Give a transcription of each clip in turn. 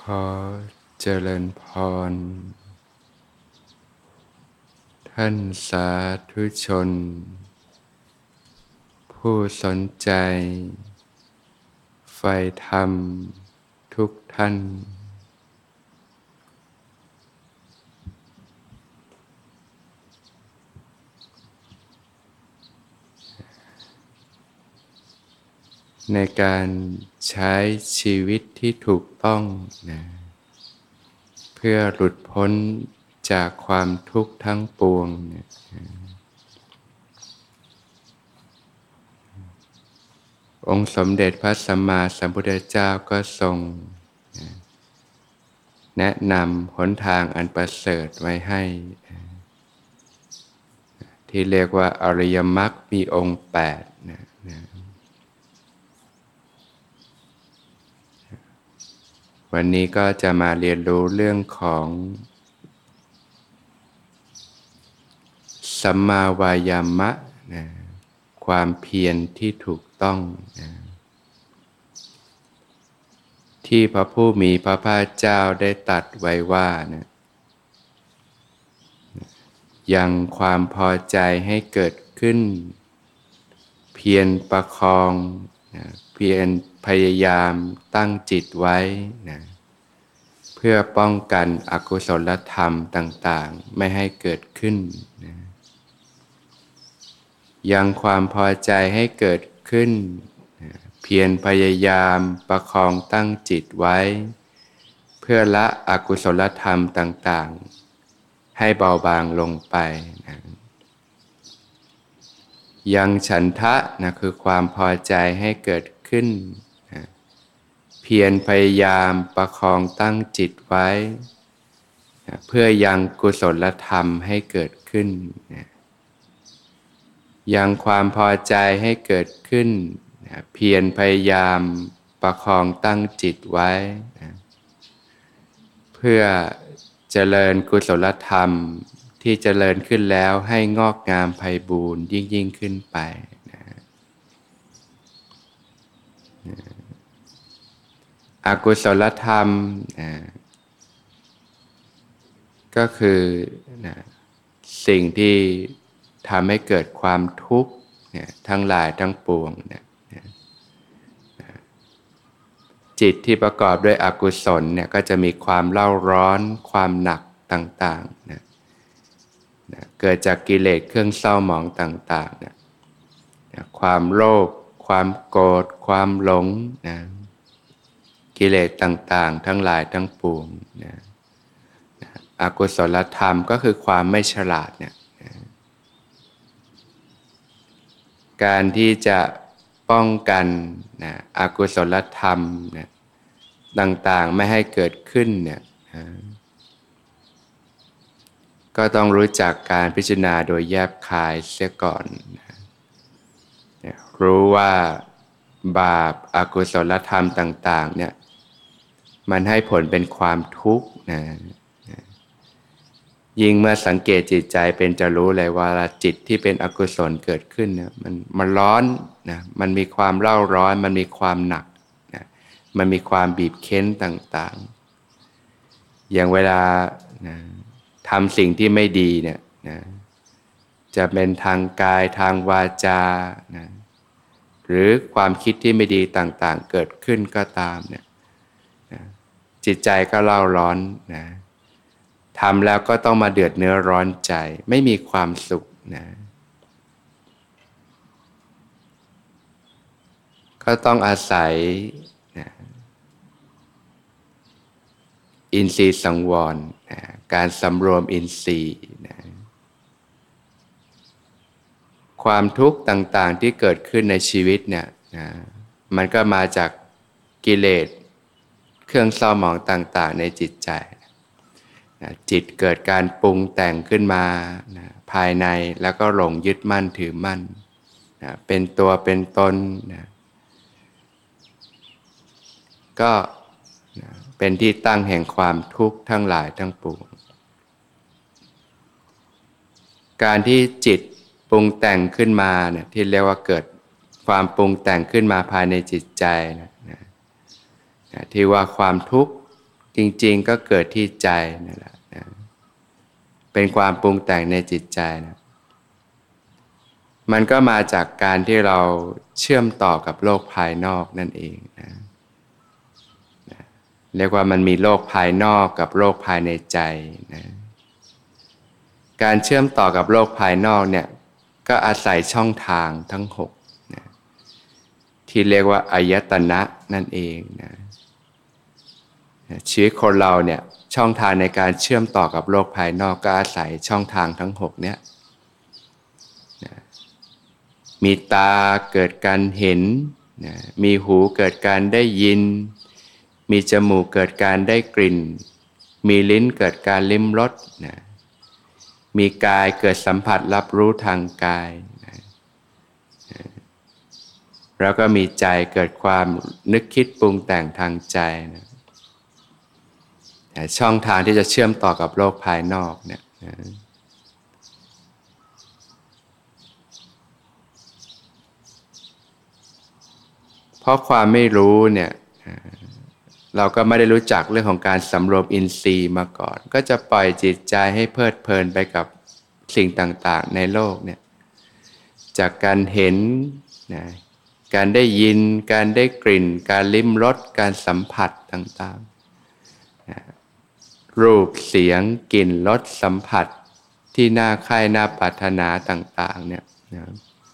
ขอเจริญพรท่านสาธุชนผู้สนใจใฝ่ธรรมทุกท่านในการใช้ชีวิตที่ถูกต้องนะเพื่อหลุดพ้นจากความทุกข์ทั้งปวงนะองค์สมเด็จพระสัมมาสัมพุทธเจ้าก็ทรงแนะนำหนทางอันประเสริฐไว้ให้ที่เรียกว่าอริยมรรคมีองค์8นะวันนี้ก็จะมาเรียนรู้เรื่องของสัมมาวายามะนะความเพียรที่ถูกต้องนะที่พระผู้มีพระภาคเจ้าได้ตรัสไว้ว่านะยังความพอใจให้เกิดขึ้นเพียรประคองนะเพียรพยายามตั้งจิตไว้นะเพื่อป้องกันอกุศลธรรมต่างๆไม่ให้เกิดขึ้นนะยังความพอใจให้เกิดขึ้นนะเพียรพยายามประคองตั้งจิตไว้เพื่อละอกุศลธรรมต่างๆให้เบาบางลงไปนะยังฉันทะนะคือความพอใจให้เกิดขึ้นนะเพียรพยายามประคองตั้งจิตไว้นะเพื่อยังกุศลธรรมให้เกิดขึ้นนะยังความพอใจให้เกิดขึ้นนะเพียรพยายามประคองตั้งจิตไว้นะเพื่อเจริญกุศลธรรมที่เจริญขึ้นแล้วให้งอกงามไพบูรย์ยิ่งขึ้นไปนะอกุศลธรรมนะก็คือนะสิ่งที่ทำให้เกิดความทุกข์เนี่ยทั้งหลายทั้งปวงเนี่ยจิตที่ประกอบด้วยอกุศลเนี่ยก็จะมีความเล่าร้อนความหนักต่างๆนะเกิดจากกิเลสเครื่องเศร้าหมองต่างๆเนี่ยความโลภความโกรธความหลงนะกิเลสต่างๆทั้งหลายทั้งปวงนะอกุศลธรรมก็คือความไม่ฉลาดเนี่ยการที่จะป้องกันนะอกุศลธรรมนะต่างๆไม่ให้เกิดขึ้นเนี่ยก็ต้องรู้จักการพิจารณาโดยแยบคายเสียก่อนนะรู้ว่าบาปอกุศลธรรมต่างๆเนี่ยมันให้ผลเป็นความทุกข์นะยิ่งเมื่อสังเกตจิตใจเป็นจะรู้เลยว่าจิตที่เป็นอกุศลเกิดขึ้นเนี่ยมันร้อนนะมันมีความเร่าร้อนมันมีความหนักนะมันมีความบีบเค้นต่างๆอย่างเวลานะทำสิ่งที่ไม่ดีเนี่ยนะจะเป็นทางกายทางวาจานะหรือความคิดที่ไม่ดีต่างๆเกิดขึ้นก็ตามเนี่ยนะจิตใจก็เร่าร้อนนะทำแล้วก็ต้องมาเดือดเนื้อร้อนใจไม่มีความสุขนะก็ต้องอาศัยนะอินทรีย์สังวรนะการสำรวมอินทรีย์นะความทุกข์ต่างๆที่เกิดขึ้นในชีวิตเนี่ยนะมันก็มาจากกิเลสเครื่องเศร้าหมองต่างๆในจิตใจจิตเกิดการปรุงแต่งขึ้นมานะภายในแล้วก็หลงยึดมั่นถือมั่นนะเป็นตัวเป็นตนนะก็นะเป็นที่ตั้งแห่งความทุกข์ทั้งหลายทั้งปวงการที่จิตปรุงแต่งขึ้นมาเนี่ยที่เรียกว่าเกิดความปรุงแต่งขึ้นมาภายในจิตใจนะที่ว่าความทุกข์จริงๆก็เกิดที่ใจนั่นแหละนะเป็นความปรุงแต่งในจิตใจนะมันก็มาจากการที่เราเชื่อมต่อกับโลกภายนอกนั่นเองนะเรียกว่ามันมีโลกภายนอกกับโลกภายในใจนะการเชื่อมต่อกับโลกภายนอกเนี่ยก็อาศัยช่องทางทั้ง6นะที่เรียกว่าอายตนะนั่นเองนะชีวิตคนเราเนี่ยช่องทางในการเชื่อมต่อกับโลกภายนอกก็อาศัยช่องทางทั้ง6เนี่ยนะมีตาเกิดการเห็นนะมีหูเกิดการได้ยินมีจมูกเกิดการได้กลิ่นมีลิ้นเกิดการลิ้มรสนะมีกายเกิดสัมผัสรับรู้ทางกายนะแล้วก็มีใจเกิดความนึกคิดปรุงแต่งทางใจนะช่องทางที่จะเชื่อมต่อกับโลกภายนอกเนี่ยนะเพราะความไม่รู้เนี่ยเราก็ไม่ได้รู้จักเรื่องของการสำรวมอินทรีย์มาก่อนก็จะปล่อยจิตใจให้เพลิดเพลินไปกับสิ่งต่างๆในโลกเนี่ยจากการเห็นนะการได้ยินการได้กลิ่นการลิ้มรสการสัมผัสต่างๆนะรูปเสียงกลิ่นรสสัมผัสที่น่าใคร่น่าปรารถนาต่างๆเนี่ยนะ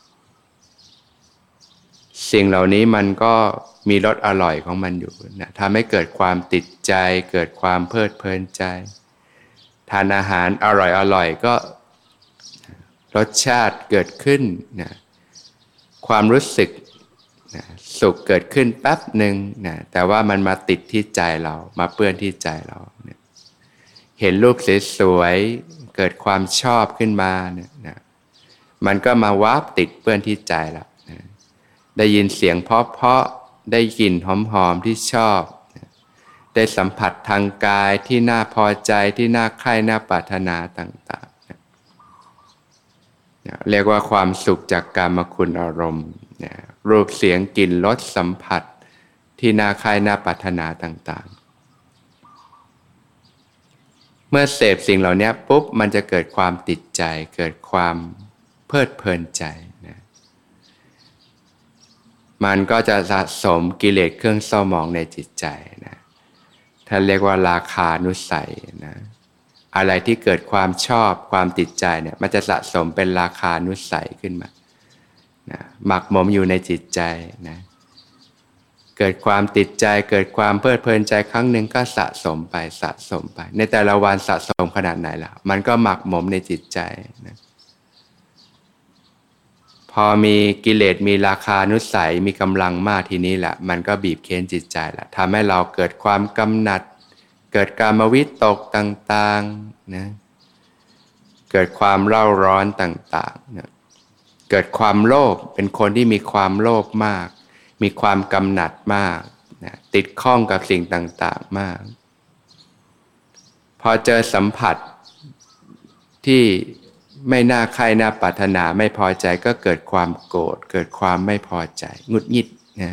สิ่งเหล่านี้มันก็มีรสอร่อยของมันอยู่นะทำให้เกิดความติดใจเกิดความเพลิดเพลินใจทานอาหารอร่อยก็รสชาติเกิดขึ้นนะความรู้สึกนะสุขเกิดขึ้นแป๊บหนึ่งนะแต่ว่ามันมาติดที่ใจเรามาเปื้อนที่ใจเรานะเห็นรูปสวยๆเกิดความชอบขึ้นมาเนี่ยนะมันก็มาวาบติดเปื้อนที่ใจเรานะได้ยินเสียงเพราะๆได้กลิ่นหอมๆที่ชอบนะได้สัมผัสทางกายที่น่าพอใจที่น่าใคร่น่าปรารถนาต่างๆนะเรียกว่าความสุขจากกามคุณอารมณ์นะรูปเสียงกลิ่นรสสัมผัสที่น่าใคร่น่าปรารถนาต่างๆเมื่อเสพสิ่งเหล่านี้ปุ๊บมันจะเกิดความติดใจเกิดความเพลิดเพลินใจนะมันก็จะสะสมกิเลสเครื่องเศร้าหมองในจิตใจนะท่านเรียกว่าราคานุสัยนะอะไรที่เกิดความชอบความติดใจเนี่ยมันจะสะสมเป็นราคานุสัยขึ้นมานะหมักหมมอยู่ในจิตใจนะเกิดความติดใจเกิดความเพลิดเพลินใจครั้งหนึ่งก็สะสมไปในแต่ละวันสะสมขนาดไหนล่ะมันก็หมักหมมในจิตใจนะพอมีกิเลสมีราคานุสัยมีกำลังมากทีนี้แหละมันก็บีบเค้นจิตใจแหละทำให้เราเกิดความกำหนัดเกิดกามวิตกต่างๆนะเกิดความเร่าร้อนต่างๆนะเกิดความโลภเป็นคนที่มีความโลภมากมีความกำหนัดมากนะติดข้องกับสิ่งต่างๆมากพอเจอสัมผัสที่ไม่น่าใคร่น่าปรารถนาไม่พอใจก็เกิดความโกรธเกิดความไม่พอใจหงุดหงิดนะ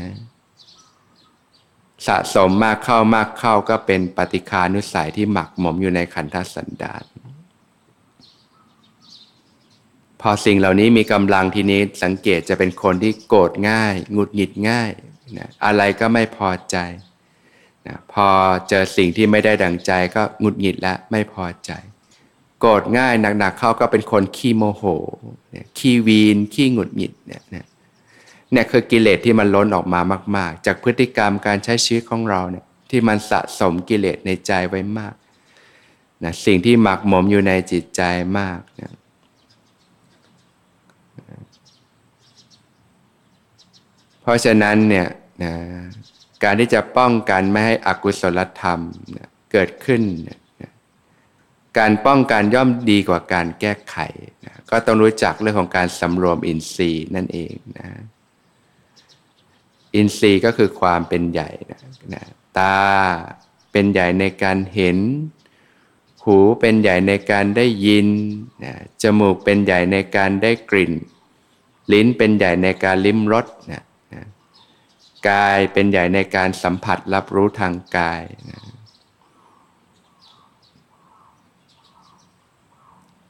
สะสมมากเข้าก็เป็นปฏิฆานุสัยที่หมักหมมอยู่ในขันธสันดานพอสิ่งเหล่านี้มีกำลังทีนี้สังเกตจะเป็นคนที่โกรธง่ายหงุดหงิดง่ายนะอะไรก็ไม่พอใจนะพอเจอสิ่งที่ไม่ได้ดังใจก็หงุดหงิดและไม่พอใจโกรธง่ายหนักๆเข้าก็เป็นคนขี้โมโหขี้วีนขี้หงุดหงิดเนี่ยคือกิเลสที่มันล้นออกมามากๆจากพฤติกรรมการใช้ชีวิตของเราเนี่ยที่มันสะสมกิเลสในใจไว้มากนะสิ่งที่หมักหมมอยู่ในจิตใจมากนะเพราะฉะนั้นเนี่ยนะการที่จะป้องกันไม่ให้อกุศลธรรมนะเกิดขึ้นนะการป้องกันย่อมดีกว่าการแก้ไขนะก็ต้องรู้จักเรื่องของการสำรวมอินทรีย์นั่นเองนะอินทรีย์ก็คือความเป็นใหญ่นะตาเป็นใหญ่ในการเห็นหูเป็นใหญ่ในการได้ยินนะจมูกเป็นใหญ่ในการได้กลิ่นลิ้นเป็นใหญ่ในการลิ้มรสนะกายเป็นใหญ่ในการสัมผัสรับรู้ทางกายนะ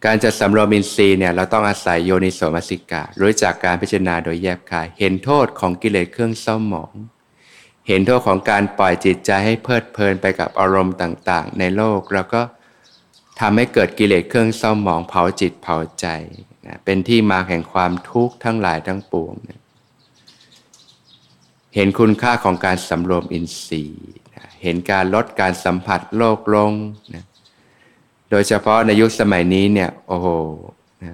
การจะสำรวมอินทรีย์เนี่ยเราต้องอาศัยโยนิโสมนสิการรู้จักการพิจารณาโดยแยบคายเห็นโทษของกิเลสเครื่องเศร้าหมองเห็นโทษของการปล่อยจิตใจให้เพลิดเพลินไปกับอารมณ์ต่างๆในโลกแล้วก็ทำให้เกิดกิเลสเครื่องเศร้าหมองเผาจิตเผาใจนะเป็นที่มาแห่งความทุกข์ทั้งหลายทั้งปวงนะเห็นคุณค่าของการสำรวมอินทรีย์นะเห็นการลดการสัมผัสโลกลงนะโดยเฉพาะในยุคสมัยนี้เนี่ยโอ้โหนะ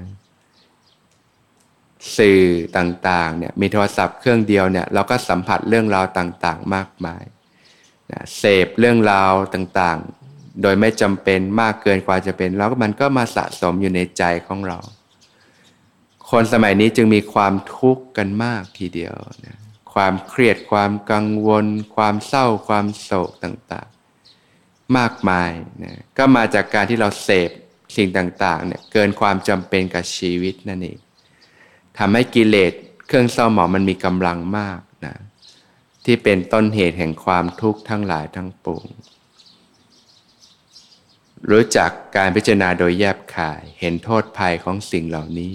สื่อต่างๆเนี่ยมีโทรศัพท์เครื่องเดียวเนี่ยเราก็สัมผัสเรื่องราวต่างๆมากมายนะเสพเรื่องราวต่างๆโดยไม่จำเป็นมากเกินกว่าจะเป็นแล้วมันก็มาสะสมอยู่ในใจของเราคนสมัยนี้จึงมีความทุกข์กันมากทีเดียวนะความเครียดความกังวลความเศร้าความโศกต่างๆมากมายนะก็มาจากการที่เราเสพสิ่งต่างๆเนี่ยเกินความจำเป็นกับชีวิตนั่นเองทำให้กิเลสเครื่องเศร้าหมองมันมีกำลังมากนะที่เป็นต้นเหตุแห่งความทุกข์ทั้งหลายทั้งปวงรู้จักการพิจารณาโดยแยบคายเห็นโทษภัยของสิ่งเหล่านี้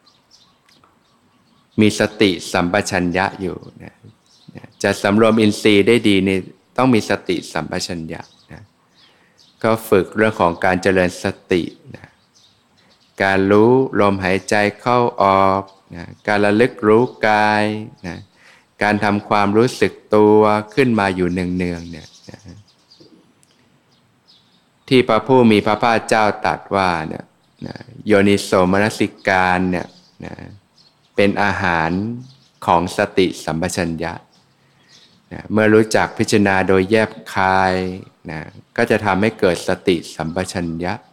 มีสติสัมปชัญญะอยู่นะจะสำรวมอินทรีย์ได้ดีนี่ต้องมีสติสัมปชัญญะนะก็ฝึกเรื่องของการเจริญสตินะการรู้ลมหายใจเข้าออกนะการระลึกรู้กายนะการทำความรู้สึกตัวขึ้นมาอยู่เนืองๆเนี่ยนะที่พระผู้มีพระภาคเจ้าตรัสว่าเนี่ยนะโยนิโสมนสิการเนี่ยนะเป็นอาหารของสติสัมปชัญญะนะเมื่อรู้จักพิจารณาโดยแยบคายนะก็จะทำให้เกิดสติสัมปชัญญะ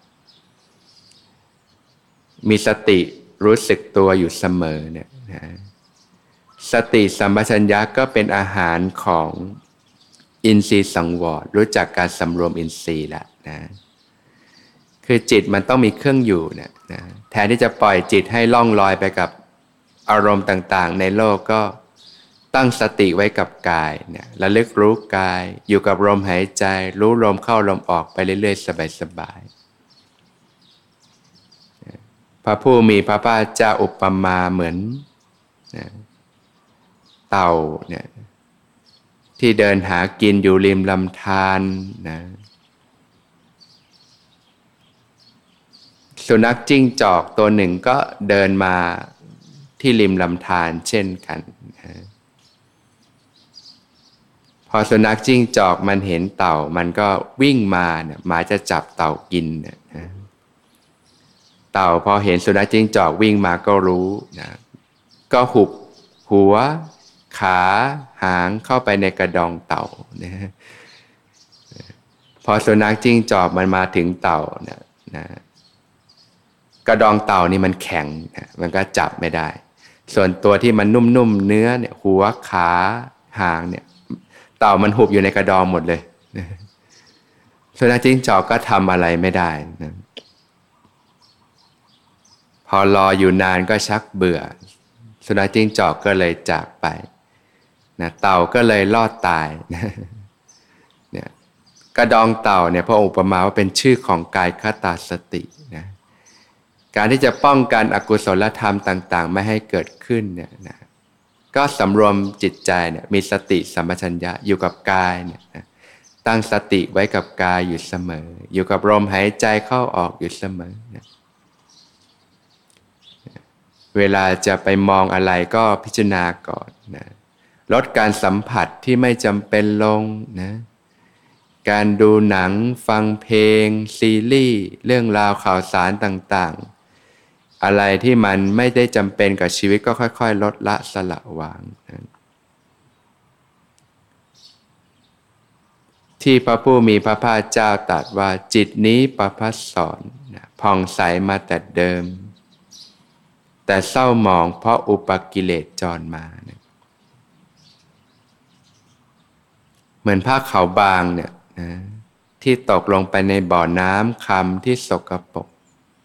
มีสติรู้สึกตัวอยู่เสมอเนี่ยนะสติสัมปชัญญะก็เป็นอาหารของอินทรีย์สังวรรู้จักการสำรวมอินทรีย์ละนะคือจิตมันต้องมีเครื่องอยู่เนี่ยนะแทนที่จะปล่อยจิตให้ล่องลอยไปกับอารมณ์ต่างๆในโลกก็ตั้งสติไว้กับกายเนี่ยระลึกรู้กายอยู่กับลมหายใจรู้ลมเข้าลมออกไปเรื่อยๆสบายๆพระผู้มีพระภาคเจ้าอุปมาเหมือนเต่าเนี่ยที่เดินหากินอยู่ริมลำธารนะสุนัขจิ้งจอกตัวหนึ่งก็เดินมาที่ริมลำธารเช่นกันนะพอสุนัขจิ้งจอกมันเห็นเต่ามันก็วิ่งมาเนี่ยมาจะจับเต่ากินนะเต่าพอเห็นสุนัขจิ้งจอกวิ่งมาก็รู้นะก็หุบหัวขาหางเข้าไปในกระดองเต่านะพอสุนัขจิ้งจอกมันมาถึงเต่าเนี่ยนะกระดองเต่านี่มันแข็งนะมันก็จับไม่ได้ส่วนตัวที่มันนุ่มๆเนื้อเนี่ยหัวขาหางเนี่ยเต่ามันหุบอยู่ในกระดองหมดเลยนะสุนัขจิ้งจอกก็ทำอะไรไม่ได้นะพอรออยู่นานก็ชักเบื่อสุนัขจิ้งจอกก็เลยจากไปนะเต่าก็เลยรอดตายเนี่ยกระดองเต่าเนี่ยพระองค์อุปมาว่าเป็นชื่อของกายคตาสตินะการที่จะป้องกันอกุศลธรรมต่างๆไม่ให้เกิดขึ้นเนี่ยนะก็สำรวมจิตใจเนี่ยมีสติสัมปชัญญะอยู่กับกายเนี่ยนะตั้งสติไว้กับกายอยู่เสมออยู่กับลมหายใจเข้าออกอยู่เสมอนะเวลาจะไปมองอะไรก็พิจารณาก่อนนะลดการสัมผัสที่ไม่จำเป็นลงนะการดูหนังฟังเพลงซีรีส์เรื่องราวข่าวสารต่างๆอะไรที่มันไม่ได้จำเป็นกับชีวิตก็ค่อยๆลดละสละวางนะที่พระผู้มีพระภาคเจ้าตรัสว่าจิตนี้ประภัสสรนะผ่องใสมาแต่เดิมแต่เศร้าหมองเพราะอุปกิเลสจรมานะเหมือนผ้าขาวบางเนี่ยนะที่ตกลงไปในบ่อน้ำคำที่สกปรก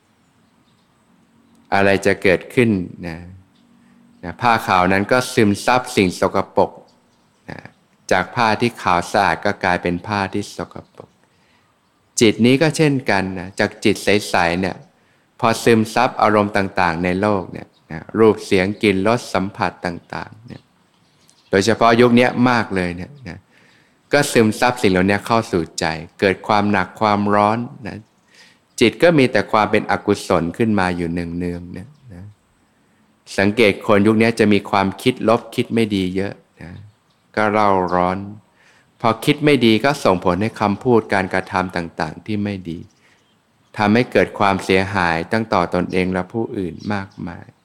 อะไรจะเกิดขึ้นนะผ้าขาวนั้นก็ซึมซับสิ่งสกปรกนะจากผ้าที่ขาวสะอาดก็กลายเป็นผ้าที่สกปรกจิตนี้ก็เช่นกันนะจากจิตใสๆเนี่ยพพอซึมซับอารมณ์ต่างๆในโลกเนี่ยนะรูปเสียงกลิ่นรสสัมผัสต่างๆเนี่ยโดยเฉพาะยุคนี้มากเลยเนี่ยนะก็ซึมซับสิ่งเหล่านี้เข้าสู่ใจเกิดความหนักความร้อนนะจิตก็มีแต่ความเป็นอกุศลขึ้นมาอยู่เนืองๆเนี่ยนะสังเกตคนยุคนี้จะมีความคิดลบคิดไม่ดีเยอะนะก็เร่าร้อนพอคิดไม่ดีก็ส่งผลให้คำพูดการกระทำต่างๆที่ไม่ดีทำให้เกิดความเสียหายตั้งต่อตนเองและผู้อื่นมากมาย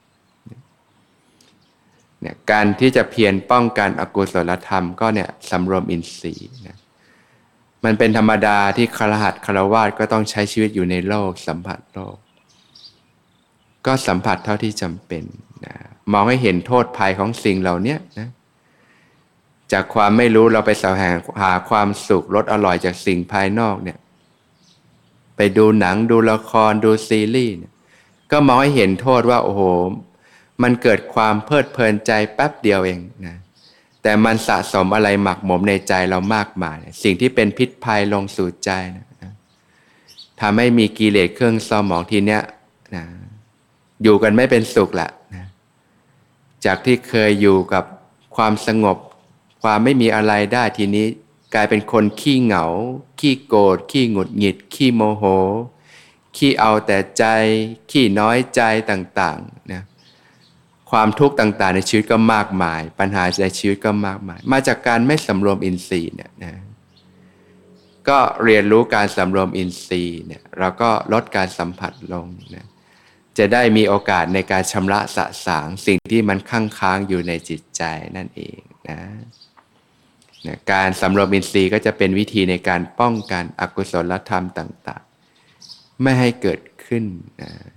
เนี่ยการที่จะเพียรป้องกันอกุศลธรรมก็เนี่ยสำรวมอินทรีย์นะมันเป็นธรรมดาที่คฤหัสถ์ฆราวาสก็ต้องใช้ชีวิตอยู่ในโลกสัมผัสโลกก็สัมผัสเท่าที่จำเป็นนะมองให้เห็นโทษภัยของสิ่งเหล่านี้นะจากความไม่รู้เราไปแสวงหาความสุขรสอร่อยจากสิ่งภายนอกเนี่ยไปดูหนังดูละครดูซีรีส์เนี่ยก็มองให้เห็นโทษว่าโอ้โหมันเกิดความเพลิดเพลินใจแป๊บเดียวเองนะแต่มันสะสมอะไรหมักหมมในใจเรามากมายสิ่งที่เป็นพิษภัยลงสู่ใจนะทำให้มีกิเลสเครื่องเศร้าหมองทีเนี้ยนะอยู่กันไม่เป็นสุขละนะจากที่เคยอยู่กับความสงบความไม่มีอะไรได้ทีนี้กลายเป็นคนขี้เหงาขี้โกรธขี้หงุดหงิดขี้โมโหขี้เอาแต่ใจขี้น้อยใจต่างๆนะความทุกข์ต่างๆในชีวิตก็มากมายปัญหาในชีวิตก็มากมายมาจากการไม่สำรวมอินทรีย์เนี่ยนะก็เรียนรู้การสำรวมอินทรีย์เนี่ยเราก็ลดการสัมผัสลงนะจะได้มีโอกาสในการชำระสะสางสิ่งที่มันค้างอยู่ในจิตใจนั่นเองนะการสำรวมอินทรีย์ก็จะเป็นวิธีในการป้องกันอกุศลธรรมต่างๆไม่ให้เกิดขึ้นนะ